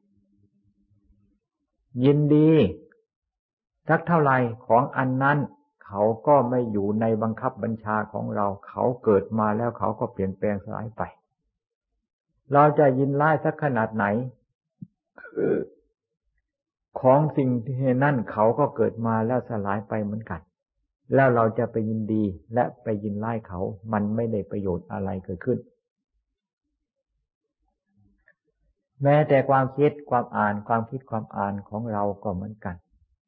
ยินดีสักเท่าไหร่ของอันนั้นเขาก็ไม่อยู่ในบังคับบัญชาของเราเขาเกิดมาแล้วเขาก็เปลี่ยนแปลงสลายไปเราจะยินร้ายสักขนาดไหนของสิ่งที่นั่นเขาก็เกิดมาแล้วสลายไปเหมือนกันแล้วเราจะไปยินดีและไปยินร้ายเขามันไม่ได้ประโยชน์อะไรเกิดขึ้นแม้แต่ความคิดความอ่านความคิดความอ่านของเราก็เหมือนกัน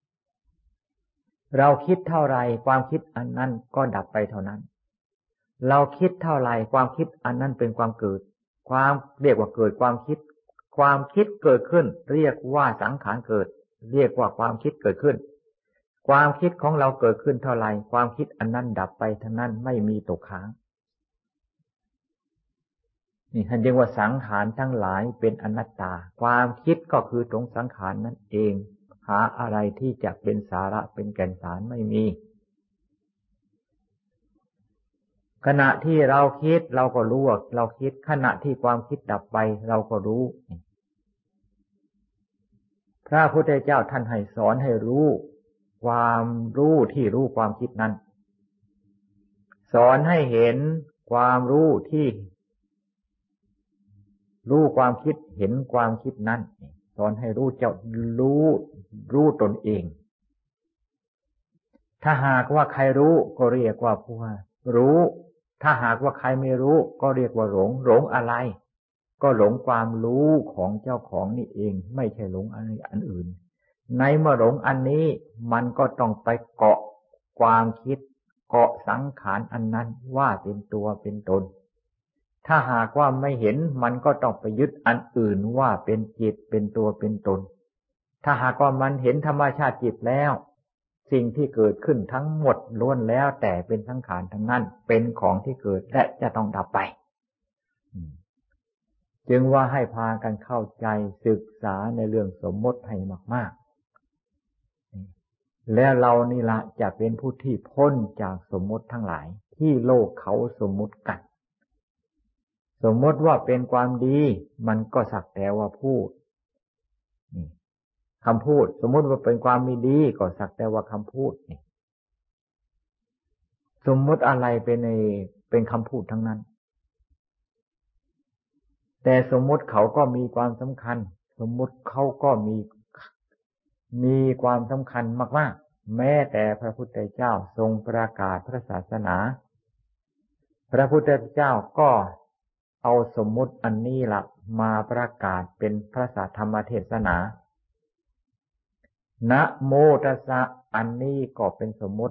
เราคิดเท่าไรความคิดอันนั้นก็ดับไปเท่านั้นเราคิดเท่าไรความคิดอันนั้นเป็นความเกิดความเรียกว่าเกิดความคิดความคิดเกิดขึ้นเรียกว่าสังขารเกิดเรียกว่าความคิดเกิดขึ้นความคิดของเราเกิดขึ้นเท่าไรความคิดอันนั้นดับไปเท่านั้นไม่มีตกค้างนี่ท่านเรียกว่าสังขารทั้งหลายเป็นอนัตตาความคิดก็คือตรงสังขารนั่นเองหาอะไรที่จะเป็นสาระเป็นแก่นสารไม่มีขณะที่เราคิดเราก็รู้ว่าเราคิดขณะที่ความคิดดับไปเราก็รู้พระพุทธเจ้าท่านให้สอนให้รู้ความรู้ที่รู้ความคิดนั้นสอนให้เห็นความรู้ที่รู้ความคิดเห็นความคิดนั้นสอนให้รู้เจ้ารู้รู้ตนเองถ้าหากว่าใครรู้ก็เรียกว่าผู้รู้ถ้าหากว่าใครไม่รู้ก็เรียกว่าหลงหลงอะไรก็หลงความรู้ของเจ้าของนี่เองไม่ใช่หลงอะไรอันอื่นในเมื่อหลงอันนี้มันก็ต้องไปเกาะความคิดเกาะสังขารอันนั้นว่าเป็นตัวเป็นตนถ้าหากว่าไม่เห็นมันก็ต้องไปยึดอันอื่นว่าเป็นจิตเป็นตัวเป็นตนถ้าหากว่ามันเห็นธรรมชาติจิตแล้วสิ่งที่เกิดขึ้นทั้งหมดล้วนแล้วแต่เป็นสังขารทั้งนั้นเป็นของที่เกิดและจะต้องดับไปจึงว่าให้พากันเข้าใจศึกษาในเรื่องสมมติให้มากๆแล้วเรานี่ละจะเป็นผู้ที่พ้นจากสมมติทั้งหลายที่โลกเขาสมมติกันสมมติว่าเป็นความดีมันก็สักแต่ว่าพูดคำพูดสมมติว่าเป็นความไม่ดีก็สักแต่ว่าคำพูดสมมติอะไรเป็นในเป็นคำพูดทั้งนั้นแต่สมมติเขาก็มีความสำคัญสมมติเขาก็มีมีความสำคัญมากๆแม้แต่พระพุทธเจ้าทรงประกาศพระศาสนาพระพุทธเจ้าก็เอาสมมุติอันนี้ล่ะมาประกาศเป็นพระสัทธรรมเทศนานะโมตัสสะอันนี้ก็เป็นสมมุติ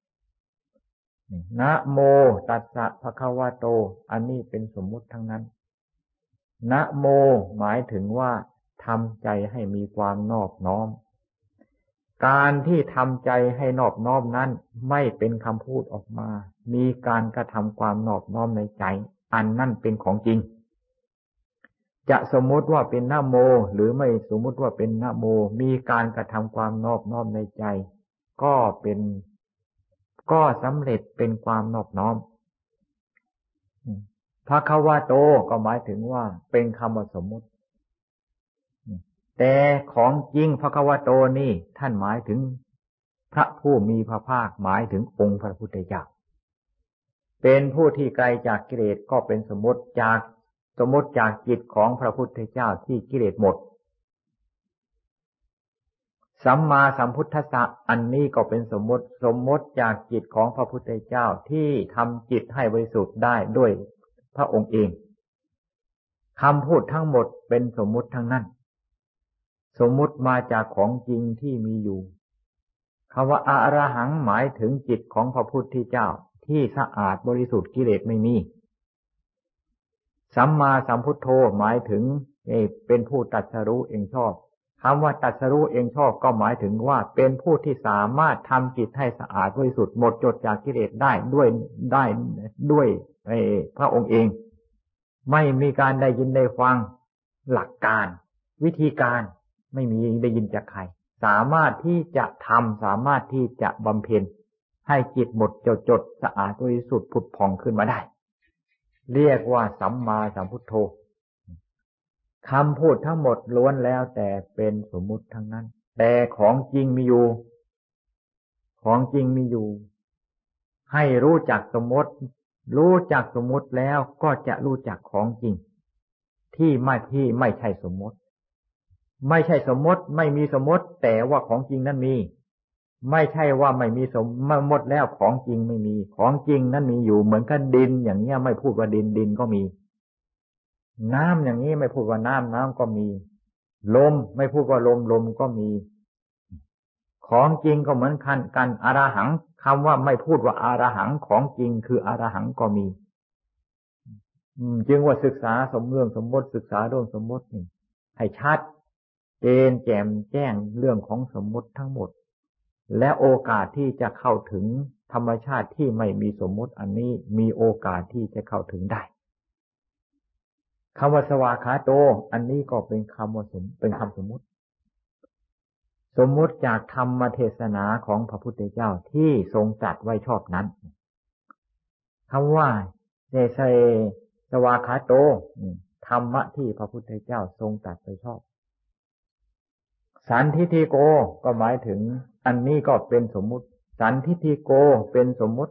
นะโมตัสสะภะคะวะโตอันนี้เป็นสมมุติทั้งนั้นนะโมหมายถึงว่าทำใจให้มีความนอบน้อมการที่ทำใจให้นอบน้อมนั้นไม่เป็นคำพูดออกมามีการกระทำความนอบน้อมในใจอันนั่นเป็นของจริงจะสมมุติว่าเป็นนะโมหรือไม่สมมุติว่าเป็นนะโมมีการกระทำความนอบน้อมในใจก็เป็นก็สำเร็จเป็นความนอบน้อมภควโตก็หมายถึงว่าเป็นคำว่าสมมุติแต่ของจริงภควโตนี่ท่านหมายถึงพระผู้มีพระภาคหมายถึงองค์พระพุทธเจ้าเป็นผู้ที่ไกลจากกิเลสก็เป็นสมมติจากสมมติจากจิตของพระพุทธเจ้าที่กิเลสหมดสัมมาสัมพุทธัสสะอันนี้ก็เป็นสมมติสมมติจากจิตของพระพุทธเจ้าที่ทำจิตให้บริสุทธิ์ได้ด้วยพระองค์เองคำพูดทั้งหมดเป็นสมมติทั้งนั้นสมมุติมาจากของจริงที่มีอยู่คำว่าอรหังหมายถึงจิตของพระพุทธเจ้าที่สะอาดบริสุทธิ์กิเลสไม่มีสัมมาสัมพุทโธหมายถึงเป็นผู้ตรัสรู้เองชอบคำว่าตรัสรู้เองชอบก็หมายถึงว่าเป็นผู้ที่สามารถทำจิตให้สะอาดบริสุทธิ์หมดจดจากกิเลสได้ด้วยได้ด้วยพระองค์เองไม่มีการได้ยินได้ฟังหลักการวิธีการไม่มีได้ยินจากใครสามารถที่จะทำสามารถที่จะบำเพ็ญให้จิตหมดจดจดสะอาดบริสุทธิ์ผุดผ่องขึ้นมาได้เรียกว่าสัมมาสัมพุทโธคำพูดทั้งหมดล้วนแล้วแต่เป็นสมมุติทั้งนั้นแต่ของจริงมีอยู่ของจริงมีอยู่ให้รู้จักสมมติรู้จักสมมติแล้วก็จะรู้จักของจริงที่ไม่ที่ไม่ใช่สมมติไม่ใช่สมมติไม่มีสมมติแต่ว่าของจริงนั้นมีไม่ใช่ว่าไม่มีสมมติแล้วของจริงไม่มีของจริงนั้นมีอยู่เหมือนกับดินอย่างเงี้ยไม่พูดว่าดินดินก็มีน้ำอย่างนี้ไม่พูดว่าน้ำน้ำก็มีลมไม่พูดว่าลมลมก็มีของจริงก็เหมือนกันกันอรหังคำว่าไม่พูดว่าอรหังของจริงคืออรหังก็มีจึงว่าศึกษาสมเรื่องสมมติศึกษาเรื่องสมมตินี่ให้ชัดเจนแจ่มแจ้งเรื่องของสมมติทั้งหมดและโอกาสที่จะเข้าถึงธรรมชาติที่ไม่มีสมมติอันนี้มีโอกาสที่จะเข้าถึงได้คำว่าสวากขาโตอันนี้ก็เป็นคำว่าสมเป็นคำสมมุติสมมุติจากธรรมเทศนาของพระพุทธเจ้าที่ทรงตรัสไว้ชอบนั้นคำว่าเจเสสวากขาโตธรรมะที่พระพุทธเจ้าทรงตรัสไว้ชอบสันทิฏฐิโกก็หมายถึงอันนี้ก็เป็นสมมุติสันทิฏฐิโกเป็นสมมุติ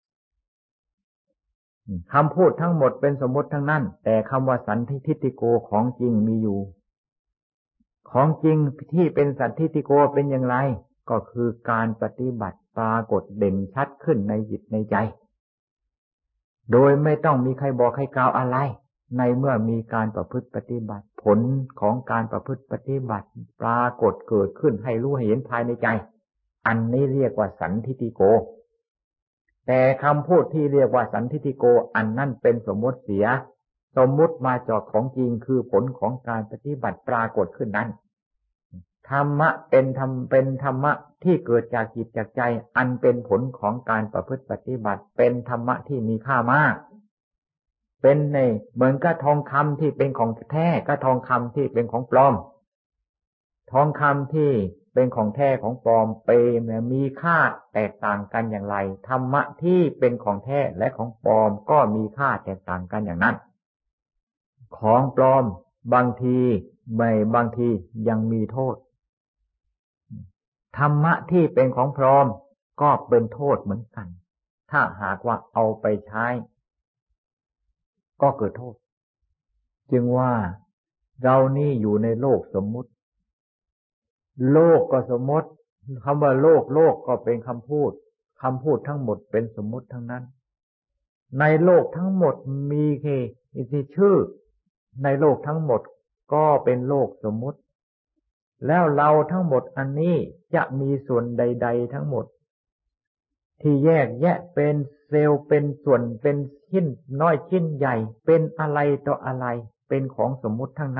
คำพูดทั้งหมดเป็นสมมุติทั้งนั้นแต่คำว่าสันทิฏฐิโกของจริงมีอยู่ของจริงที่เป็นสันทิฏฐิโกเป็นอย่างไรก็คือการปฏิบัติปรากฏเด่นชัดขึ้นในจิตในใจโดยไม่ต้องมีใครบอกใครกล่าวอะไรในเมื่อมีการประพฤติปฏิบัติผลของการประพฤติปฏิบัติปรากฏเกิดขึ้นให้รู้ให้เห็นภายในใจอันนี้เรียกว่าสันทิฏฐิโกแต่คำพูดที่เรียกว่าสันทิฏฐิโกอันนั้นเป็นสมมติเสียสมมุติมาจากของจริงคือผลของการปฏิบัติปรากฏขึ้นนั้นธรรมะเป็นธรรมเป็นธรรมะที่เกิดจากจิตจากใจอันเป็นผลของการประพฤติปฏิบัติเป็นธรรมะที่มีค่ามากเป็นในเหมือนกับทองคำที่เป็นของแท้กับทองคำที่เป็นของปลอมทองคำที่เป็นของแท้ของปลอมเป็นมีค่าแตกต่างกันอย่างไรธรรมะที่เป็นของแท้และของปลอมก็มีค่าแตกต่างกันอย่างนั้นของปลอมบางทีไม่บางทียังมีโทษธรรมะที่เป็นของปลอมก็เป็นโทษเหมือนกันถ้าหากว่าเอาไปใช้ก็เกิดโทษจึงว่าเรานี่อยู่ในโลกสมมุติโลกก็สมมติคำว่าโลกโลกก็เป็นคำพูดคำพูดทั้งหมดเป็นสมมุติทั้งนั้นในโลกทั้งหมดมีแค่ชื่อในโลกทั้งหมดก็เป็นโลกสมมุติแล้วเราทั้งหมดอันนี้จะมีส่วนใดๆทั้งหมดที่แยกแยะเป็นเซลล์เป็นส่วนเป็นชิ้นน้อยชิ้นใหญ่เป็นอะไรต่ออะไรเป็นของสมมุติทั้งนั้น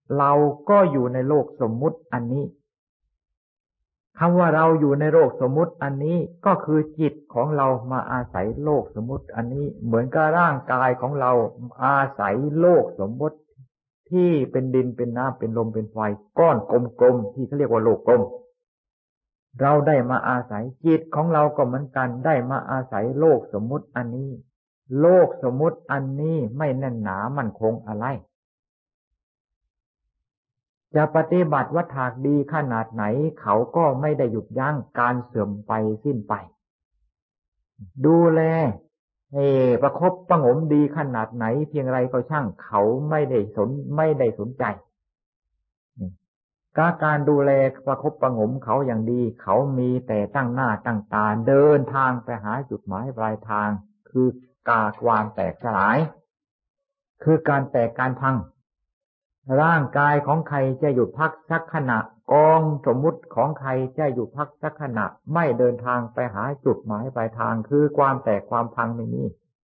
เราก็อยู่ในโลกสมมุติอันนี้คำว่าเราอยู่ในโลกสมมุติอันนี้ก็คือจิตของเรามาอาศัยโลกสมมุติอันนี้เหมือนกับร่างกายของเราอาศัยโลกสมมุติที่เป็นดินเป็นน้ำเป็นลมเป็นไฟก้อนกลมๆที่เขาเรียกว่าโลกกลมเราได้มาอาศัยจิตของเราก็เหมือนกันได้มาอาศัยโลกสมมุติอันนี้โลกสมมุติอันนี้ไม่แน่นหนามั่นคงอะไรจะปฏิบัติวัฏถากดีขนาดไหนเขาก็ไม่ได้หยุดยั้งการเสื่อมไปสิ้นไปดูแลเอประคบประหงมดีขนาดไหนเพียงไรก็ช่างเขาไม่ได้สนไม่ได้สนใจการการดูแลประคบประหงมเขาอย่างดีเขามีแต่ตั้งหน้าตั้งตาเดินทางไปหาจุดหมายปลายทางคือการความแตกสลายคือการแตกการพังร่างกายของใครจะหยุดพักสักขณะกองสมมุติของใครจะหยุดพักสักขณะไม่เดินทางไปหาจุดหมายปลายทางคือความแตกความพังไม่มี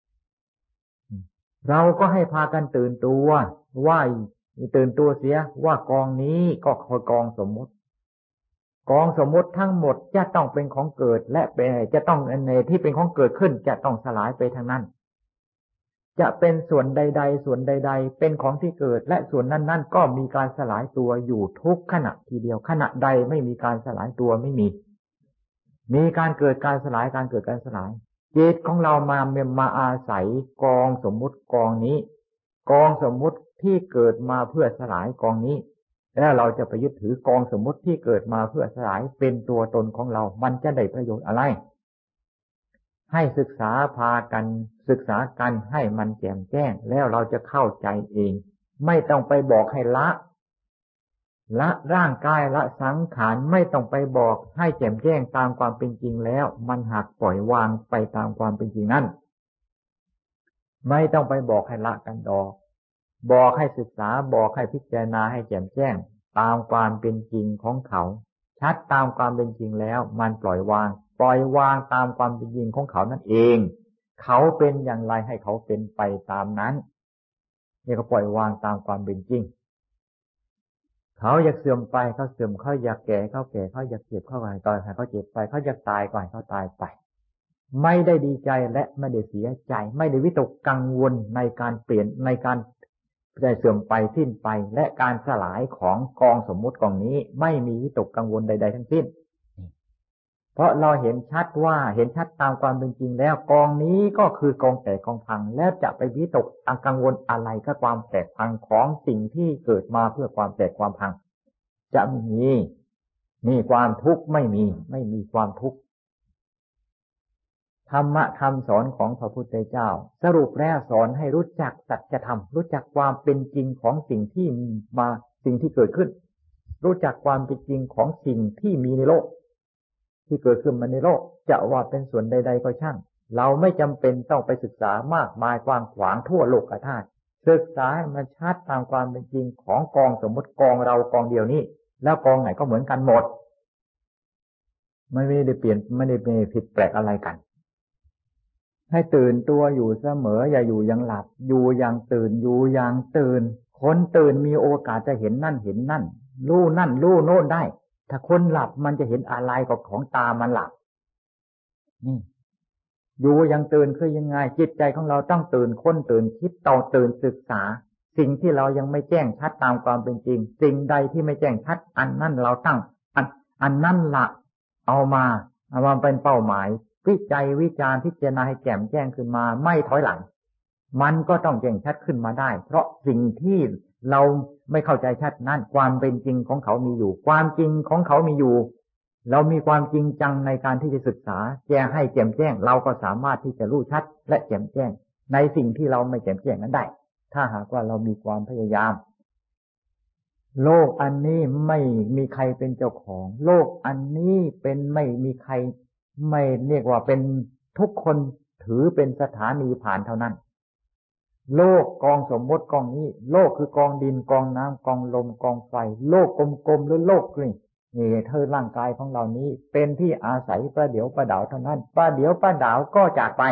เราก็ให้พากันตื่นตัวว่าตื่นตัวเสียว่ากองนี้ก็คือกองสมมุติกองสมมุติทั้งหมดจะต้องเป็นของเกิดและเป็นจะต้องในที่เป็นของเกิดขึ้นจะต้องสลายไปทางนั้นจะเป็นส่วนใดๆส่วนใดๆเป็นของที่เกิดและส่วนนั้นๆก็มีการสลายตัวอยู่ทุกขณะทีเดียวขณะใดไม่มีการสลายตัวไม่มีมีการเกิดการสลายการเกิดการสลายจิตของเรามามาอาศัยกองสมมุติกองนี้กองสมมุติที่เกิดมาเพื่อสลายกองนี้แล้วเราจะไปยึดถือกองสมมุติที่เกิดมาเพื่อสลายเป็นตัวตนของเรามันจะได้ประโยชน์อะไรให้ศึกษาพากันศึกษากันให้มันแจ่มแจ้งแล้วเราจะเข้าใจเองไม่ต้องไปบอกให้ละละร่างกายละสังขารไม่ต้องไปบอกให้แจ่มแจ้งตามความเป็นจริงแล้วมันหักปล่อยวางไปตามความเป็นจริงนั้นไม่ต้องไปบอกให้ละกันดอกบอกให้ศึกษาบอกให้พิจารณาให้แจ่มแจ้งตามความเป็นจริงของเขาชัดตามความเป็นจริงแล้วมันปล่อยวางปล่อยวางตามความเป็นจริงของเขานั่นเองเขาเป็นอย่างไรให้เขาเป็นไปตามนั้นนี่ก็ปล่อยวางตามความเป็นจริงเขาอยากเสื่อมไปเขาเสื่อมเขาอยากแก่เขาแก่เขาอยากเจ็บเขาตายเขาเจ็บไปเขาอยากตายก่อนเขาตายไปไม่ได้ดีใจและไม่ได้เสียใจไม่ได้วิตกกังวลในการเปลี่ยนในการได้เสื่อมไปสิ้นไปและการสลายของกองสมมุติกองนี้ไม่มีวิตกกังวลใดๆทั้งสิ้นเพราะเราเห็นชัดว่าเห็นชัดตามความเป็นจริงแล้วกองนี้ก็คือกองแตกกองพังแล้วจะไปวิตกกังวลอะไรกับความแตกพังของสิ่งที่เกิดมาเพื่อความแตกความพังจะไม่มีมีความทุกข์ไม่มีไม่มีความทุกข์ธรรมะคำสอนของพระพุทธเจ้าสรุปแล้วสอนให้รู้จักสัจธรรมรู้จักความเป็นจริงของสิ่งที่มาสิ่งที่เกิดขึ้นรู้จักความเป็นจริงของสิ่งที่มีในโลกที่เกิดขึ้นมาในโลกจะว่าเป็นส่วนใดๆก็ช่างเราไม่จำเป็นต้องไปศึกษามากมายกว้างขวางทั่วโลกธาตุศึกษาให้มันชัดตามความเป็นจริงของกองสมมติกองเรากองเดียวนี้แล้วกองไหนก็เหมือนกันหมดไม่ได้เปลี่ยนไม่ได้ผิดแปลกอะไรกันให้ตื่นตัวอยู่เสมออย่าอยู่ยังหลับอยู่อย่างตื่นอยู่อย่างตื่นคนตื่นมีโอกาสจะเห็นนั่นเห็นนั่นรู้นั่นรู้โน่นได้ถ้าคนหลับมันจะเห็นอะไรกับของตามันหลับนี่อยู่อย่างตื่นคือยังไงจิตใจของเราต้องตื่นค้นตื่นคิดต่อตื่นศึกษาสิ่งที่เรายังไม่แจ้งชัดตามความเป็นจริงสิ่งใดที่ไม่แจ้งชัดอันนั้นเราตั้งอันอันนั้นละเอามาเอามาเป็นเป้าหมายวิจัยวิจารณ์พิจารณาให้แจ่มแจ้งขึ้นมาไม่ถอยหลังมันก็ต้องแจ้งชัดขึ้นมาได้เพราะสิ่งที่เราไม่เข้าใจชัดนั้นความเป็นจริงของเขามีอยู่ความจริงของเขามีอยู่เรามีความจริงจังในการที่จะศึกษาแก้ให้แจ่มแจ้งเราก็สามารถที่จะรู้ชัดและแจ่มแจ้งในสิ่งที่เราไม่แจ่มแจ้งนั้นได้ถ้าหากว่าเรามีความพยายามโลกอันนี้ไม่มีใครเป็นเจ้าของโลกอันนี้เป็นไม่มีใครไม่เรียกว่าเป็นทุกคนถือเป็นสถานีผ่านเท่านั้นโลกกองสมมติกองนี้โลกคือกองดินกองน้ำกองลมกองไฟโลกกลมๆหรือโลกนี่นี่เธอร่างกายของเรานี้เป็นที่อาศัยประเดี๋ยวประดาวเท่านั้นประเดี๋ยวประดาวก็จากไป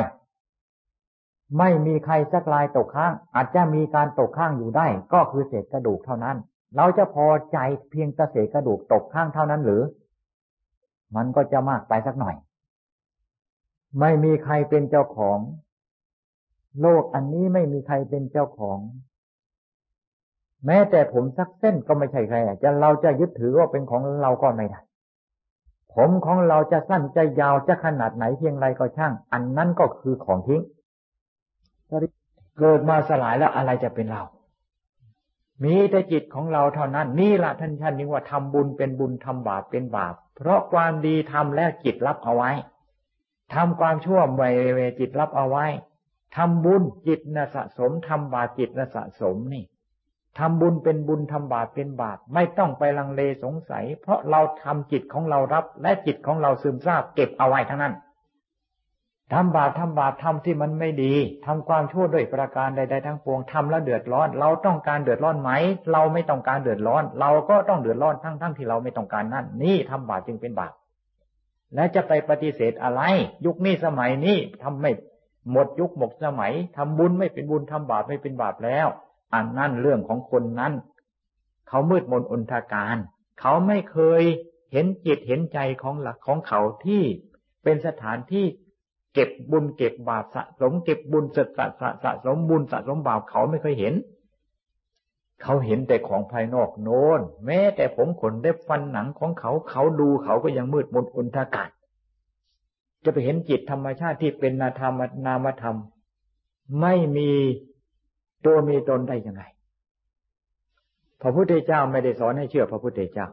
ไม่มีใครสักรายตกข้างอาจจะมีการตกข้างอยู่ได้ก็คือเศษกระดูกเท่านั้นเราจะพอใจเพียงแต่เศษกระดูกตกข้างเท่านั้นหรือมันก็จะมากไปสักหน่อยไม่มีใครเป็นเจ้าของโลกอันนี้ไม่มีใครเป็นเจ้าของแม้แต่ผมสักเส้นก็ไม่ใช่ใครจะเราจะยึดถือว่าเป็นของเราก็ไม่ได้ผมของเราจะสั้นจะยาวจะขนาดไหนเพียงไรก็ช่างอันนั้นก็คือของทิ้งเกิดมาสลายแล้วอะไรจะเป็นเรามีแต่จิตของเราเท่านั้นนี่ละท่านท่านนึกว่าทำบุญเป็นบุญทำบาปเป็นบาปเพราะความดีทำแล้วจิตรับเอาไว้ทำความชั่วไว้เวจิตรับเอาไว้ทำบุญจิตน่ะสะสมทำบาปจิตน่ะสะสมนี่ทำบุญเป็นบุญทำบาปเป็นบาปไม่ต้องไปลังเลสงสัยเพราะเราทำจิตของเรารับและจิตของเราซึมซาบเก็บเอาไว้ทั้งนั้นทำบาปทำบาปทำที่มันไม่ดีทำความชั่วด้วยประการใดๆทั้งปวงทำแล้วเดือดร้อนเราต้องการเดือดร้อนไหมเราไม่ต้องการเดือดร้อนเราก็ต้องเดือดร้อนทั้งๆที่เราไม่ต้องการนั่นนี่ทำบาปจึงเป็นบาปและจะไปปฏิเสธอะไรยุคนี้สมัยนี้ทำไม่หมดยุคหมดสมัยทำบุญไม่เป็นบุญทำบาปไม่เป็นบาปแล้วอันนั้นเรื่องของคนนั้นเขามืดมนอนทการเขาไม่เคยเห็นจิตเห็นใจของหลักของเขาที่เป็นสถานที่เก็บบุญเก็บบาปสะสมเก็บบุญสะสะสะสะสมบุญสะสมบาปเขาไม่เคยเห็นเขาเห็นแต่ของภายนอกโน้นแม้แต่ผมขนเล็บฟันหนังของเขาเขาดูเขาก็ยังมืดมนอนทการจะไปเห็นจิตธรรมชาติที่เป็นนาธรรมนามธรรมไม่มีตัวมีตนได้ยังไงพระพุทธเจ้าไม่ได้สอนให้เชื่อพระพุทธเจ้า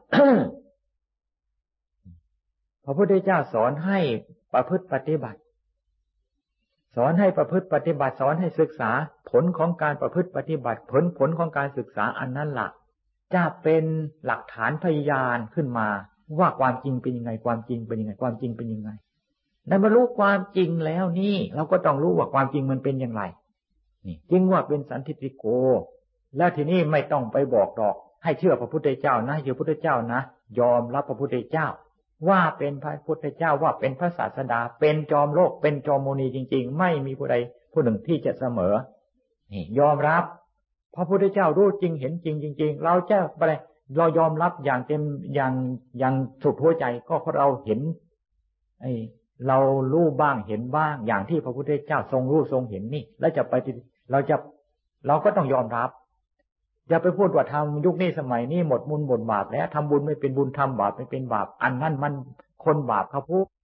พระพุทธเจ้าสอนให้ประพฤติปฏิบัติสอนให้ประพฤติปฏิบัติสอนให้ศึกษาผลของการประพฤติปฏิบัติผลผลของการศึกษาอันนั้นล่ะจะเป็นหลักฐานพยานขึ้นมาว่าความจริงเป็นยังไงความจริงเป็นยังไงความจริงเป็นยังไงในเมื่อรู้ความจริงแล้วนี่เราก็ต้องรู้ว่าความจริงมันเป็นอย่างไรนี่จึงว่าเป็นสันทิฏฐิโกแล้วทีนี้ไม่ต้องไปบอกดอกให้เชื่อพระพุทธเจ้านะเชื่อพระพุทธเจ้านะยอมรับพระพุทธเจ้าว่าเป็นพระพุทธเจ้าว่าเป็นพระศาสดาเป็นจอมโลกเป็นจอมโมนีจริงๆไม่มีผู้ใดผู้หนึ่งที่จะเสมอนี่ยอมรับพระพุทธเจ้ารู้จริงเห็นจริงจริงๆเราจะอะไรเรายอมรับอย่างเต็มอย่างอย่างสุดหัวใจก็เพราะเราเห็นไอ้เรารู้บ้างเห็นบ้างอย่างที่พระพุทธเจ้าทรงรู้ทรงเห็นนี่แล้วจะไปเราจะเราก็ต้องยอมรับอย่าไปพูดว่าทำยุคนี้สมัยนี้หมดบุญหมดบาปแล้วทำบุญไม่เป็นบุญทำบาปไม่เป็นบาปอันนั้นมันคนบาปเขาพูด